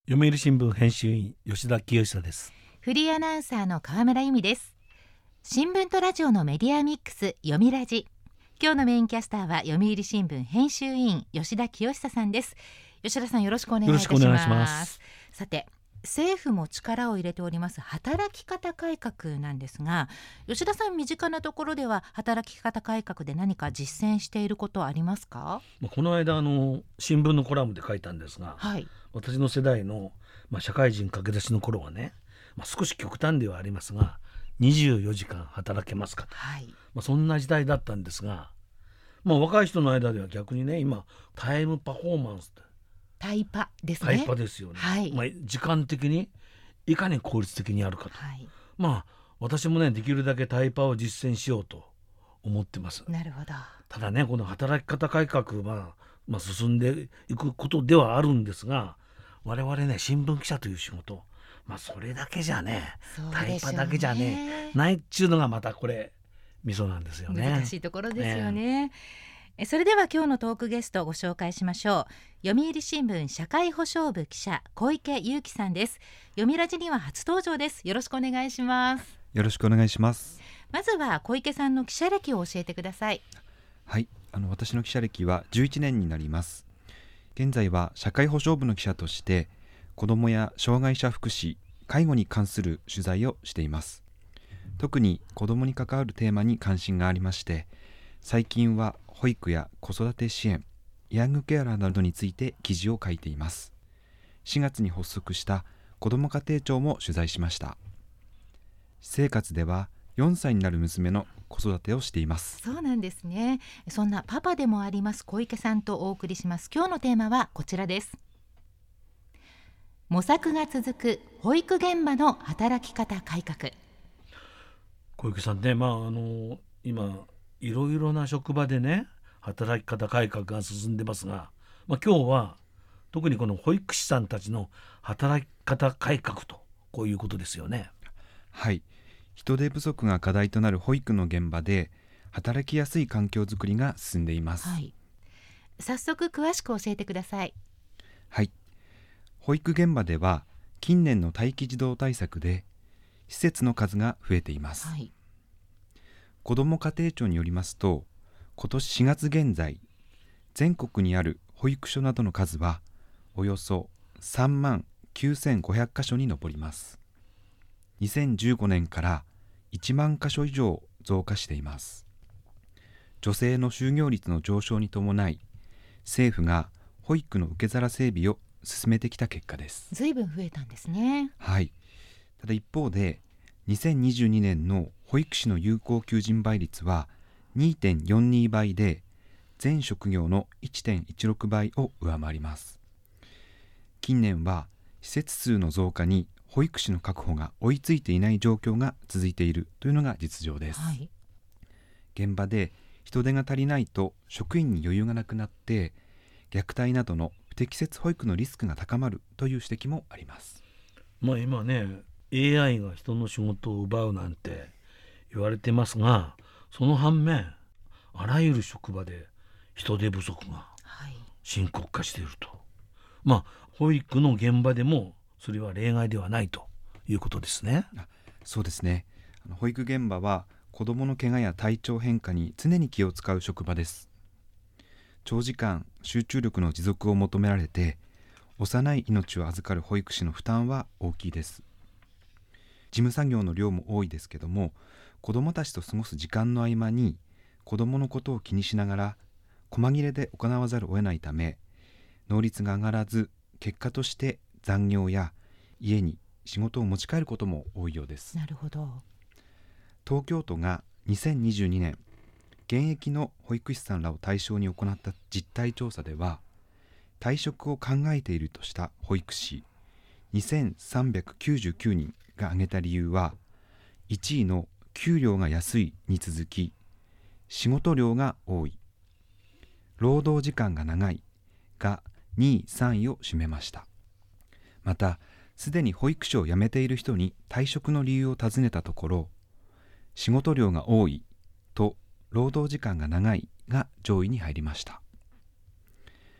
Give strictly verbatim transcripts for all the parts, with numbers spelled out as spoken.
読売新聞編集員吉田清久です。 フリーアナウンサーの河村由美です。新聞とラジオのメディアミックス読みラジ。今日のメインキャスターは読売新聞編集員吉田清久さんです。吉田さん、よろしくお願いいたします。 よろしくお願いします。 さて、政府も力を入れております働き方改革なんですが、吉田さん、身近なところでは働き方改革で何か実践していることはありますか？ この間あの新聞のコラムで書いたんですが、 はい、 私の世代の、まあ、社会人駆け出しの頃はね、まあ、少し極端ではありますがにじゅうよじかん働けますかと、 はい、 まあ、そんな時代だったんですが、まあ、若い人の間では逆にね、今タイムパフォーマンスってタイパですね。 タイパですよね、 はい、 まあ、時間的にいかに効率的にやるかと、 はい、 まあ私もねできるだけタイパを実践しようと思ってます。 なるほど。 ただね、この働き方改革は、まあ、進んでいくことではあるんですが、我々ね新聞記者という仕事、まあ、それだけじゃねタイパだけじゃねないっちゅうのがまたこれミソなんですよね。 難しいところですよね。えそれでは今日のトークゲストをご紹介しましょう。読売新聞社会保障部記者小池祐樹さんです。読みラジには初登場です。よろしくお願いします。 よろしくお願いします。 まずは小池さんの記者歴を教えてください。 はい、あの私の記者歴はじゅういちねんになります。現在は社会保障部の記者として子どもや障害者福祉、介護に関する取材をしています。特に子どもに関わるテーマに関心がありまして、最近は保育や子育て支援、ヤングケアラーなどについて記事を書いています。しがつに発足した子ども家庭庁も取材しました。私生活ではよんさいになる娘の子育てをしています。 そうなんですね。そんなパパでもあります小池さんとお送りします。今日のテーマはこちらです。模索が続く保育現場の働き方改革。 小池さんね、まあ、あの今いろいろな職場でね働き方改革が進んでますが、まあ、今日は特にこの保育士さんたちの働き方改革とこういうことですよね。 はい、人手不足が課題となる保育の現場で働きやすい環境づくりが進んでいます。 はい、早速詳しく教えてください。 はい、保育現場では近年の待機児童対策で施設の数が増えています。 はい、 子ども家庭庁によりますと、今年しがつ現在、全国にある保育所などの数はおよそさんまんきゅうせんごひゃくかしょに上ります。にせんじゅうごねんからいちまんかしょ以上増加しています。女性の就業率の上昇に伴い、政府が保育の受け皿整備を進めてきた結果です。 ずいぶん増えたんですね。 はい。ただ一方で、にせんにじゅうにねんの保育士の有効求人倍率は にてんよんに 倍で、全職業の いってんいちろく 倍を上回ります。近年は施設数の増加に保育士の確保が追いついていない状況が続いているというのが実情です。 はい、 現場で人手が足りないと職員に余裕がなくなって虐待などの不適切保育のリスクが高まるという指摘もあります。 まあ、今ね エーアイ が人の仕事を奪うなんて言われてますが、その反面あらゆる職場で人手不足が深刻化していると、はい、まあ保育の現場でもそれは例外ではないということですね。 あ、そうですね。あの保育現場は子どもの怪我や体調変化に常に気を使う職場です。長時間集中力の持続を求められて、幼い命を預かる保育士の負担は大きいです。事務作業の量も多いですけども、子どもたちと過ごす時間の合間に子どものことを気にしながら細切れで行わざるを得ないため、能率が上がらず、結果として残業や家に仕事を持ち帰ることも多いようです。 なるほど。 東京都がにせんにじゅうにねん現役の保育士さんらを対象に行った実態調査では、退職を考えているとした保育士にせんさんびゃくきゅうじゅうきゅうにんが挙げた理由は、いちいの給料が安いに続き、仕事量が多い、労働時間が長いがにいさんいを占めました。また、すでに保育士を辞めている人に退職の理由を尋ねたところ、仕事量が多いと労働時間が長いが上位に入りました。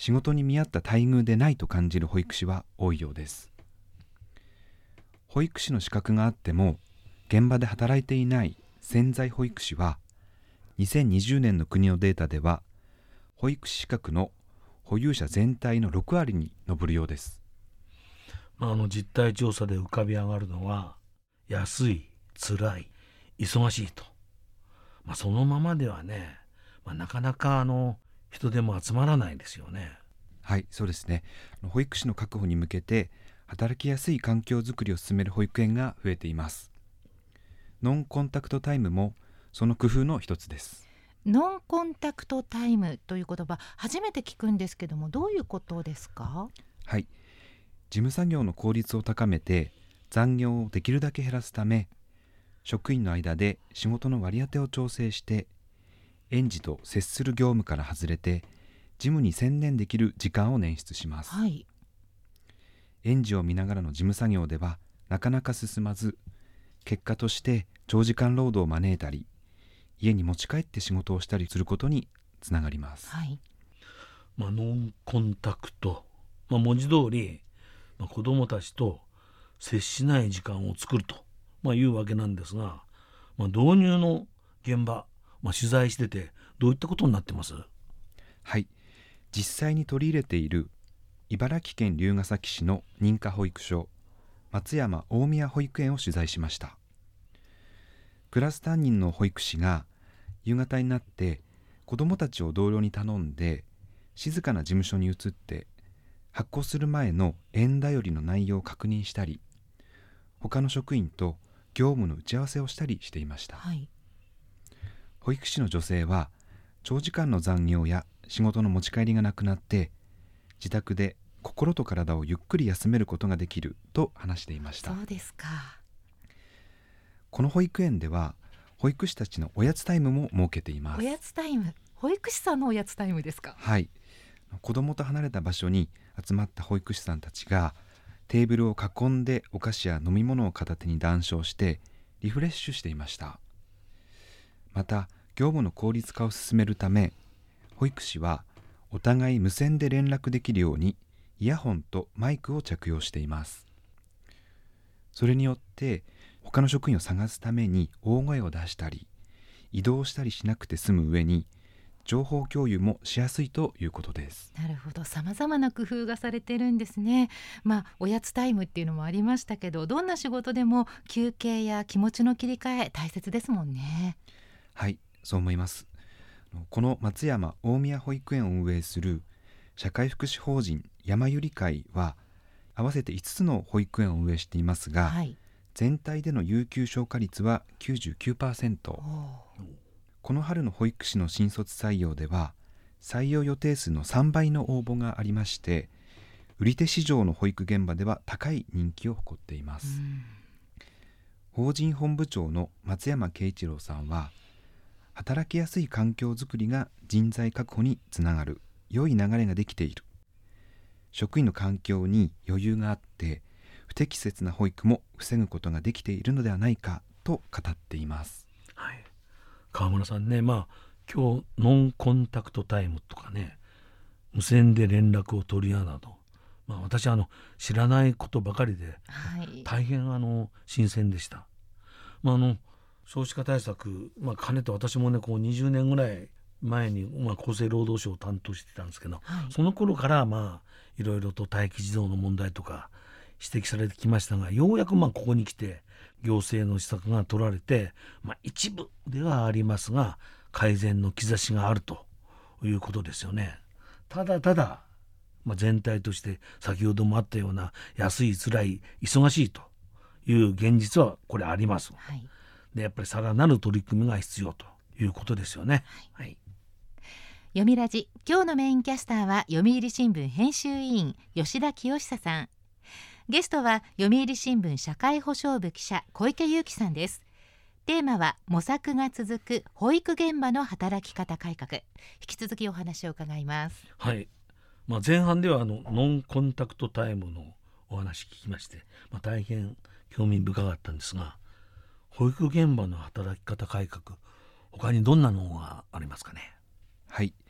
仕事に見合った待遇でないと感じる保育士は多いようです。保育士の資格があっても現場で働いていない潜在保育士はにせんにじゅうねんの国のデータでは保育士資格の保有者全体のろくわりに上るようです。 まあ、あの実態調査で浮かび上がるのは安い、辛い、忙しいと、まあ、そのままではね、まあ、なかなかあの人手も集まらないですよね。 はい、そうですね。保育士の確保に向けて働きやすい環境づくりを進める保育園が増えています。ノンコンタクトタイムもその工夫の一つです。 ノンコンタクトタイムという言葉初めて聞くんですけども、どういうことですか？ はい、事務作業の効率を高めて残業をできるだけ減らすため、職員の間で仕事の割り当てを調整して園児と接する業務から外れて事務に専念できる時間を捻出します。 はい、 園児を見ながらの事務作業ではなかなか進まず、結果として長時間労働を招いたり家に持ち帰って仕事をしたりすることにつながります。 はい、 まあ、ノンコンタクト、まあ、文字通り、まあ、子どもたちと接しない時間を作ると、まあ、いうわけなんですが、まあ、導入の現場、まあ、取材しててどういったことになってます？ はい、実際に取り入れている茨城県龍ケ崎市の認可保育所松山大宮保育園を取材しました。クラス担任の保育士が夕方になって子どもたちを同僚に頼んで静かな事務所に移って発行する前の園だよりの内容を確認したり、他の職員と業務の打ち合わせをしたりしていました。 はい、 保育士の女性は長時間の残業や仕事の持ち帰りがなくなって自宅で心と体をゆっくり休めることができると話していました。 そうですか。 この保育園では保育士たちのおやつタイムも設けています。 おやつタイム、保育士さんのおやつタイムですか？ はい、子供と離れた場所に集まった保育士さんたちがテーブルを囲んでお菓子や飲み物を片手に談笑してリフレッシュしていました。また業務の効率化を進めるため保育士はお互い無線で連絡できるようにイヤホンとマイクを着用しています。それによって他の職員を探すために大声を出したり移動したりしなくて済む上に情報共有もしやすいということです。 なるほど、様々な工夫がされてるんですね。まあおやつタイムっていうのもありましたけど、どんな仕事でも休憩や気持ちの切り替え大切ですもんね。 はい、そう思います。この松山大宮保育園を運営する社会福祉法人山ゆり会は合わせていつつの保育園を運営していますが、 はい、 全体での有給消化率は きゅうじゅうきゅうパーセント。 この春の保育士の新卒採用では採用予定数のさんばいの応募がありまして、売り手市場の保育現場では高い人気を誇っています。法人本部長の松山慶一郎さんは、働きやすい環境づくりが人材確保につながる良い流れができている、職員の環境に余裕があって不適切な保育も防ぐことができているのではないかと語っています。 はい、川村さんね、まあ今日ノンコンタクトタイムとかね、無線で連絡を取り合うなど、まあ、私はあの知らないことばかりで、 はい、 大変あの新鮮でした。まあ、あの少子化対策、まあ、かねて私もねこうにじゅうねんぐらい前に、まあ、厚生労働省を担当してたんですけど、 はい、 その頃からまあいろいろと待機児童の問題とか指摘されてきましたが、ようやくまあここに来て行政の施策が取られて、まあ、一部ではありますが改善の兆しがあるということですよね。ただただ、まあ、全体として先ほどもあったような安い辛い忙しいという現実はこれあります。 はい、 でやっぱりさらなる取り組みが必要ということですよね。はい、はい、 読みラジ、今日のメインキャスターは読売新聞編集委員吉田清久さん。ゲストは読売新聞社会保障部記者小池祐樹さんです。テーマは模索が続く保育現場の働き方改革。引き続きお話を伺います。 はい、まあ、前半ではあのノンコンタクトタイムのお話聞きまして、まあ、大変興味深かったんですが、保育現場の働き方改革、他にどんなのがありますかね？ はい、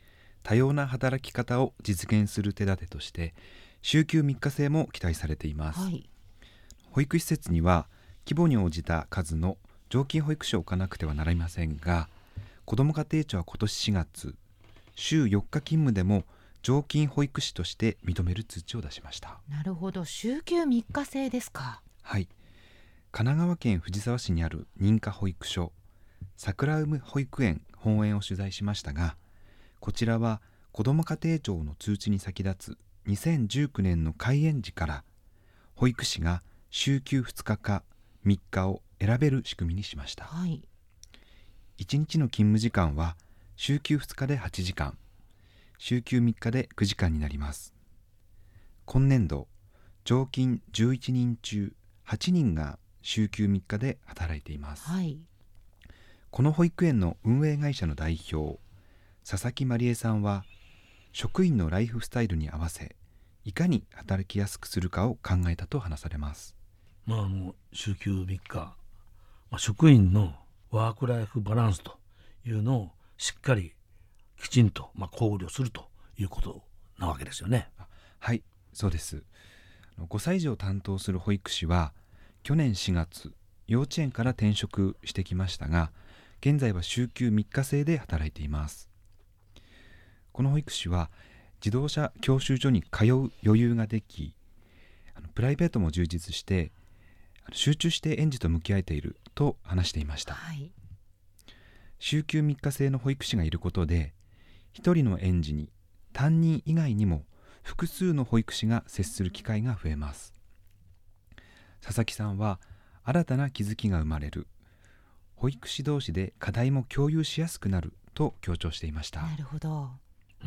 多様な働き方を実現する手立てとして週休みっか制も期待されています、はい、保育施設には規模に応じた数の常勤保育士を置かなくてはなりませんが、子ども家庭庁は今年しがつ、週よっか勤務でも常勤保育士として認める通知を出しました。 なるほど、週休みっか制ですか。 はい、神奈川県藤沢市にある認可保育所桜海保育園本園を取材しましたが、こちらは子ども家庭庁の通知に先立つにせんじゅうきゅうねんの開園時から保育士が週休ふつかかみっかを選べる仕組みにしました、はい、いちにちの勤務時間は週休ふつかではちじかん、週休みっかでくじかんになります。今年度常勤じゅういちにん中はちにんが週休みっかで働いています、はい、この保育園の運営会社の代表佐々木まりえさんは、職員のライフスタイルに合わせいかに働きやすくするかを考えたと話されます。 まあ、あの週休みっか、まあ、職員のワークライフバランスというのをしっかりきちんと、まあ、考慮するということなわけですよね。 はい、そうです。ごさい児を担当する保育士は去年しがつ幼稚園から転職してきましたが、現在は週休みっか制で働いています。この保育士は自動車教習所に通う余裕ができ、あのプライベートも充実して集中して園児と向き合えていると話していました、はい、週休みっか制の保育士がいることで、一人の園児に担任以外にも複数の保育士が接する機会が増えます。佐々木さんは、新たな気づきが生まれる、保育士同士で課題も共有しやすくなると強調していました。 なるほど。 うん、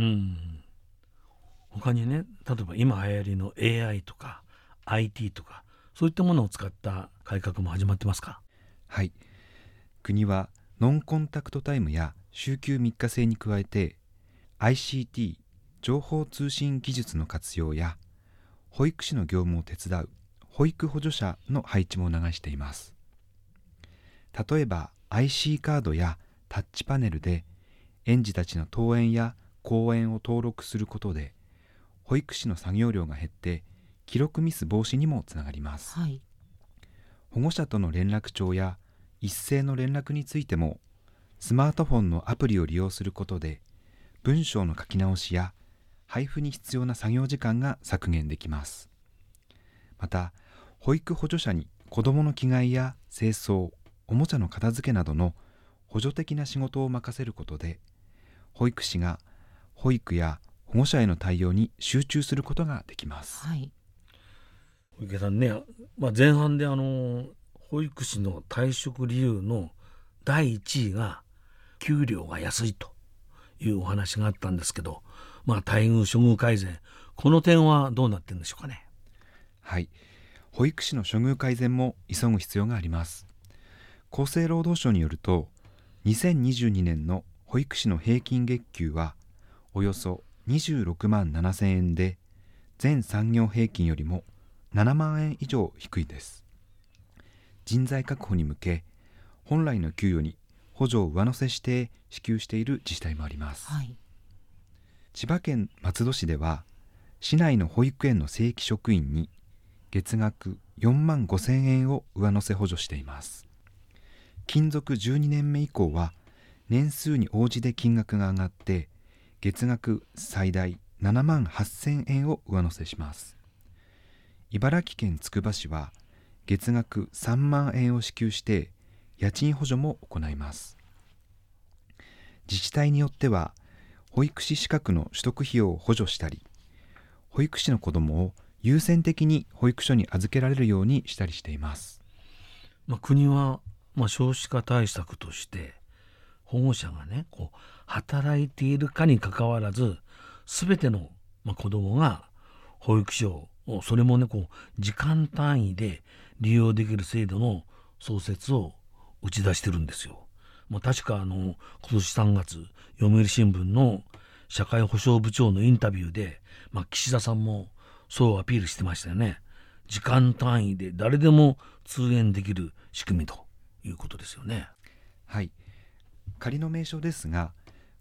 他にね、例えば今流行りの エーアイ とか アイティー とか、そういったものを使った改革も始まってますか？ はい、国はノンコンタクトタイムや週休みっか制に加えて アイシーティー 情報通信技術の活用や保育士の業務を手伝う保育補助者の配置も促しています。例えば アイシー カードやタッチパネルで園児たちの登園や降園を登録することで保育士の作業量が減って記録ミス防止にもつながります、はい、保護者との連絡帳や一斉の連絡についてもスマートフォンのアプリを利用することで文章の書き直しや配布に必要な作業時間が削減できます。また保育補助者に子どもの着替えや清掃、おもちゃの片付けなどの補助的な仕事を任せることで保育士が保育や保護者への対応に集中することができます、はい、 小池さんね、まあ、前半であの保育士の退職理由のだいいちいが給料が安いというお話があったんですけど、まあ、待遇処遇改善、この点はどうなってるんでしょうかね。 はい、保育士の処遇改善も急ぐ必要があります。厚生労働省によるとにせんにじゅうにねんの保育士の平均月給はおよそにじゅうろくまんななせんえんで、全産業平均よりもななまんえん以上低いです。人材確保に向け本来の給与に補助を上乗せして支給している自治体もあります、はい、千葉県松戸市では市内の保育園の正規職員に月額よんまんごせんえんを上乗せ補助しています。勤続じゅうにねんめ以降は年数に応じて金額が上がって月額最大ななまんはっせんえんを上乗せします。茨城県つくば市は月額さんまんえんを支給して家賃補助も行います。自治体によっては保育士資格の取得費用を補助したり、保育士の子どもを優先的に保育所に預けられるようにしたりしています。 まあ、国は、まあ、少子化対策として保護者がねこう働いているかにかかわらず全ての、まあ、子どもが保育所をそれもねこう時間単位で利用できる制度の創設を打ち出してるんですよ。まあ、確かあの今年さんがつ読売新聞の社会保障部長のインタビューで、まあ、岸田さんもそうアピールしてましたよね。時間単位で誰でも通園できる仕組みということですよね。 はい、仮の名称ですが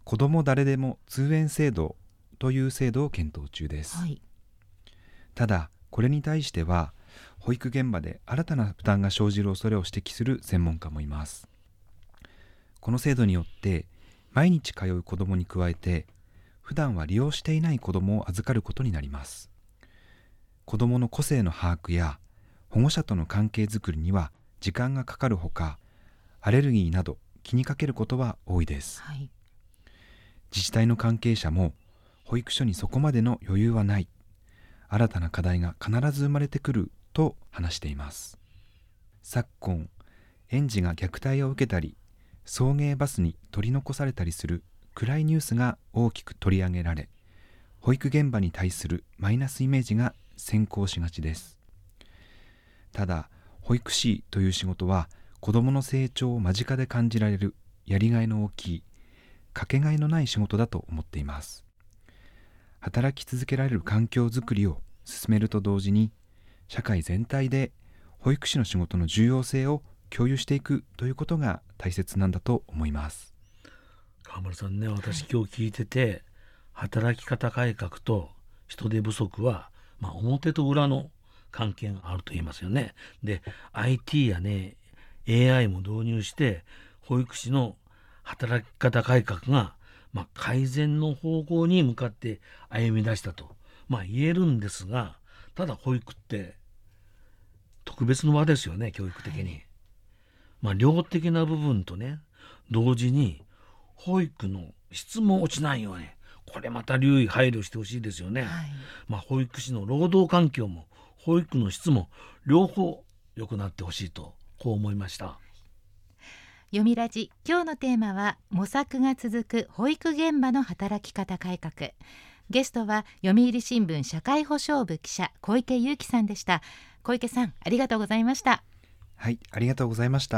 子ども誰でも通園制度という制度を検討中です、はい、ただこれに対しては保育現場で新たな負担が生じる恐れを指摘する専門家もいます。この制度によって毎日通う子どもに加えて普段は利用していない子どもを預かることになります。子どもの個性の把握や保護者との関係づくりには時間がかかるほか、アレルギーなど気にかけることは多いです、はい、自治体の関係者も保育所にそこまでの余裕はない、新たな課題が必ず生まれてくると話しています。昨今、園児が虐待を受けたり送迎バスに取り残されたりする暗いニュースが大きく取り上げられ、保育現場に対するマイナスイメージが先行しがちです。ただ、保育士という仕事は子どもの成長を間近で感じられるやりがいの大きい、かけがえのない仕事だと思っています。働き続けられる環境づくりを進めると同時に、社会全体で保育士の仕事の重要性を共有していくということが大切なんだと思います。 川村さんね、私今日聞いてて、はい、働き方改革と人手不足は、まあ、表と裏の関係があると言いますよね。で アイティー やね エーアイ も導入して保育士の働き方改革が、まあ、改善の方向に向かって歩み出したと、まあ、言えるんですが、ただ保育って特別の場ですよね、教育的に、はい、まあ、量的な部分とね同時に保育の質も落ちないように、これまた留意配慮してほしいですよね、はい、まあ、保育士の労働環境も保育の質も両方良くなってほしいと、こう思いました。 読みラジ、今日のテーマは模索が続く保育現場の働き方改革。ゲストは読売新聞社会保障部記者小池祐樹さんでした。小池さん、ありがとうございました。 はい、ありがとうございました。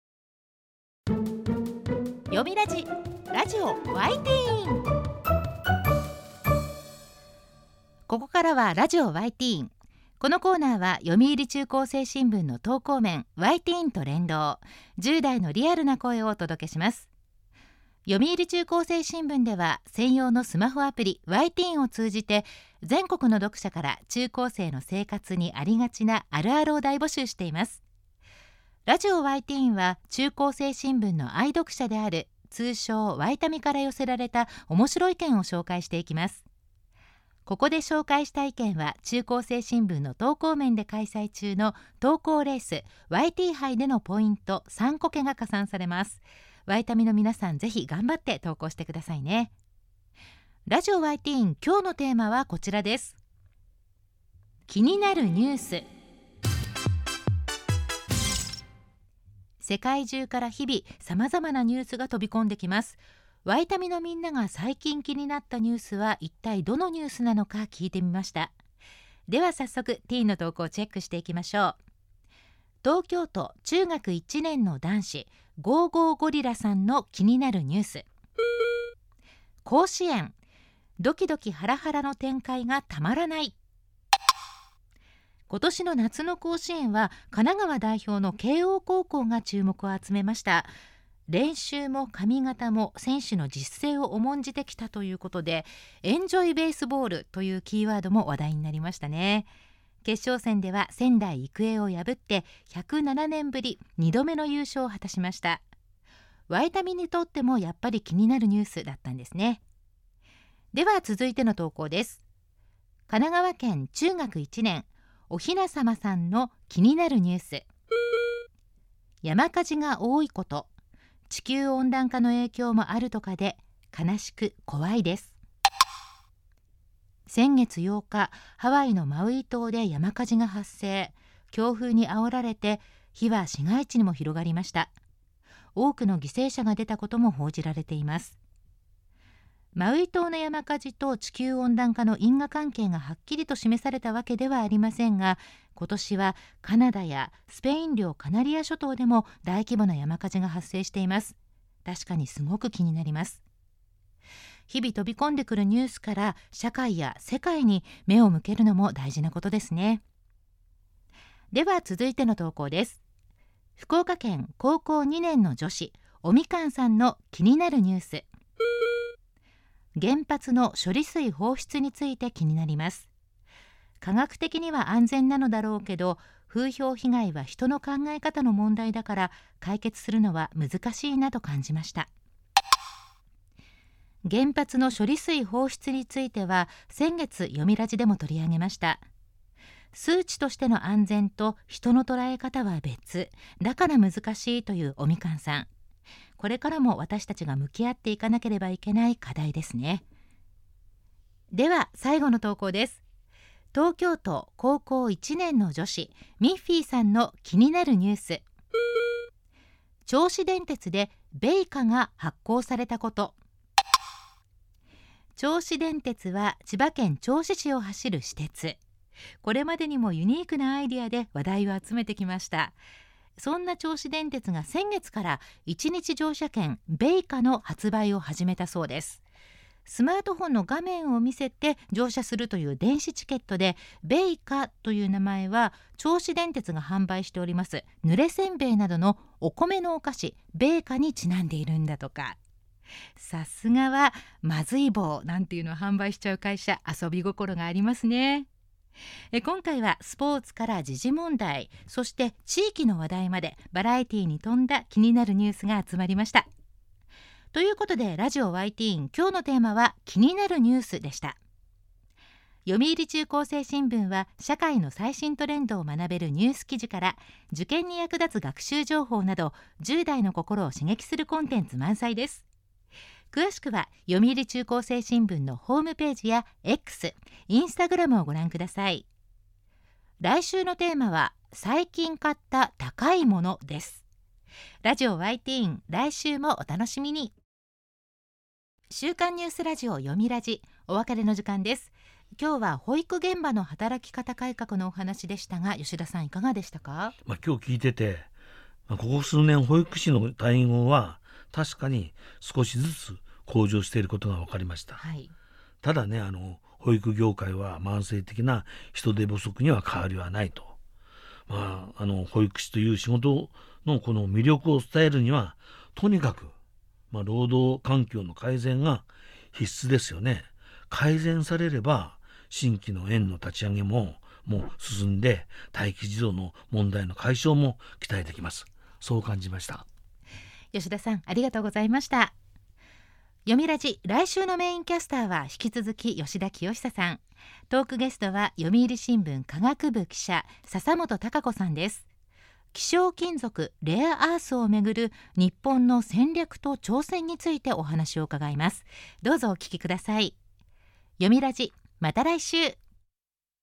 読みラジ、ラジオワイティーン。ここからはラジオワイティーン。このコーナーは読売中高生新聞の投稿面ワイティーンと連動、じゅう代のリアルな声をお届けします。読売中高生新聞では専用のスマホアプリワイティーンを通じて全国の読者から中高生の生活にありがちなあるあるを大募集しています。ラジオワイティーンは中高生新聞の愛読者である通称ワイタミから寄せられた面白い意見を紹介していきます。ここで紹介した意見は中高生新聞の投稿面で開催中の投稿レース ワイティー 杯でのポイントさんこけが加算されます。ワイタミの皆さん、ぜひ頑張って投稿してくださいね。ラジオワイティーン、今日のテーマはこちらです。気になるニュース。世界中から日々さまざまなニュースが飛び込んできます。ワイタミのみんなが最近気になったニュースは一体どのニュースなのか聞いてみました。では早速ティーンの投稿をチェックしていきましょう。東京都中学いちねんの男子ゴーゴーゴリラさんの気になるニュース。甲子園、ドキドキハラハラの展開がたまらない。今年の夏の甲子園は神奈川代表の慶応高校が注目を集めました。練習も髪型も選手の実践を重んじてきたということで、エンジョイベースボールというキーワードも話題になりましたね。決勝戦では仙台育英を破ってひゃくななねんぶりにどめの優勝を果たしました。ワイタミにとってもやっぱり気になるニュースだったんですね。では続いての投稿です。神奈川県中学いちねんおひなさまさんの気になるニュース。山火事が多いこと、地球温暖化の影響もあるとかで悲しく怖いです。先月ようか、ハワイのマウイ島で山火事が発生。強風に煽られて火は市街地にも広がりました。多くの犠牲者が出たことも報じられています。マウイ島の山火事と地球温暖化の因果関係がはっきりと示されたわけではありませんが、今年はカナダやスペイン領カナリア諸島でも大規模な山火事が発生しています。確かにすごく気になります。日々飛び込んでくるニュースから社会や世界に目を向けるのも大事なことですね。では続いての投稿です。福岡県高校にねんの女子おみかんさんの気になるニュース。 原発の処理水放出について気になります。科学的には安全なのだろうけど、風評被害は人の考え方の問題だから解決するのは難しいなと感じました。原発の処理水放出については先月読みラジでも取り上げました。数値としての安全と人の捉え方は別だから難しいという尾身勘さん、これからも私たちが向き合っていかなければいけない課題ですね。では最後の投稿です。東京都高校いちねんの女子ミッフィーさんの気になるニュース。銚子電鉄で米価が発行されたこと。銚子電鉄は千葉県銚子市を走る私鉄。これまでにもユニークなアイデアで話題を集めてきました。そんな銚子電鉄が先月からいちにち乗車券米価の発売を始めたそうです。スマートフォンの画面を見せて乗車するという電子チケットで、米価という名前は銚子電鉄が販売しております濡れせんべいなどのお米のお菓子米価にちなんでいるんだとか。さすがはまずい棒なんていうのを販売しちゃう会社、遊び心がありますね。え今回はスポーツから時事問題、そして地域の話題までバラエティに富んだ気になるニュースが集まりました。ということでラジオ ワイティーン、今日のテーマは気になるニュースでした。読売中高生新聞は社会の最新トレンドを学べるニュース記事から受験に役立つ学習情報などじゅう代の心を刺激するコンテンツ満載です。詳しくは読売中高生新聞のホームページや X、インスタグラムをご覧ください。来週のテーマは最近買った高いものです。ラジオ ワイティーン、来週もお楽しみに。週刊ニュースラジオ読みラジ、お別れの時間です。今日は保育現場の働き方改革のお話でしたが、吉田さんいかがでしたか？ まあ、今日聞いてて、まあ、ここ数年保育士の待遇は確かに少しずつ向上していることが分かりました、はい、ただね、あの保育業界は慢性的な人手不足には変わりはないと、まあ、あの保育士という仕事のこの魅力を伝えるにはとにかく、まあ、労働環境の改善が必須ですよね。改善されれば新規の園の立ち上げももう進んで、待機児童の問題の解消も期待できます。そう感じました。 吉田さんありがとうございました。読みラジ、来週のメインキャスターは引き続き吉田清久さん。トークゲストは読売新聞科学部記者笹本貴子さんです。希少金属レアアースをめぐる日本の戦略と挑戦についてお話を伺います。どうぞお聞きください。読みラジ、また来週。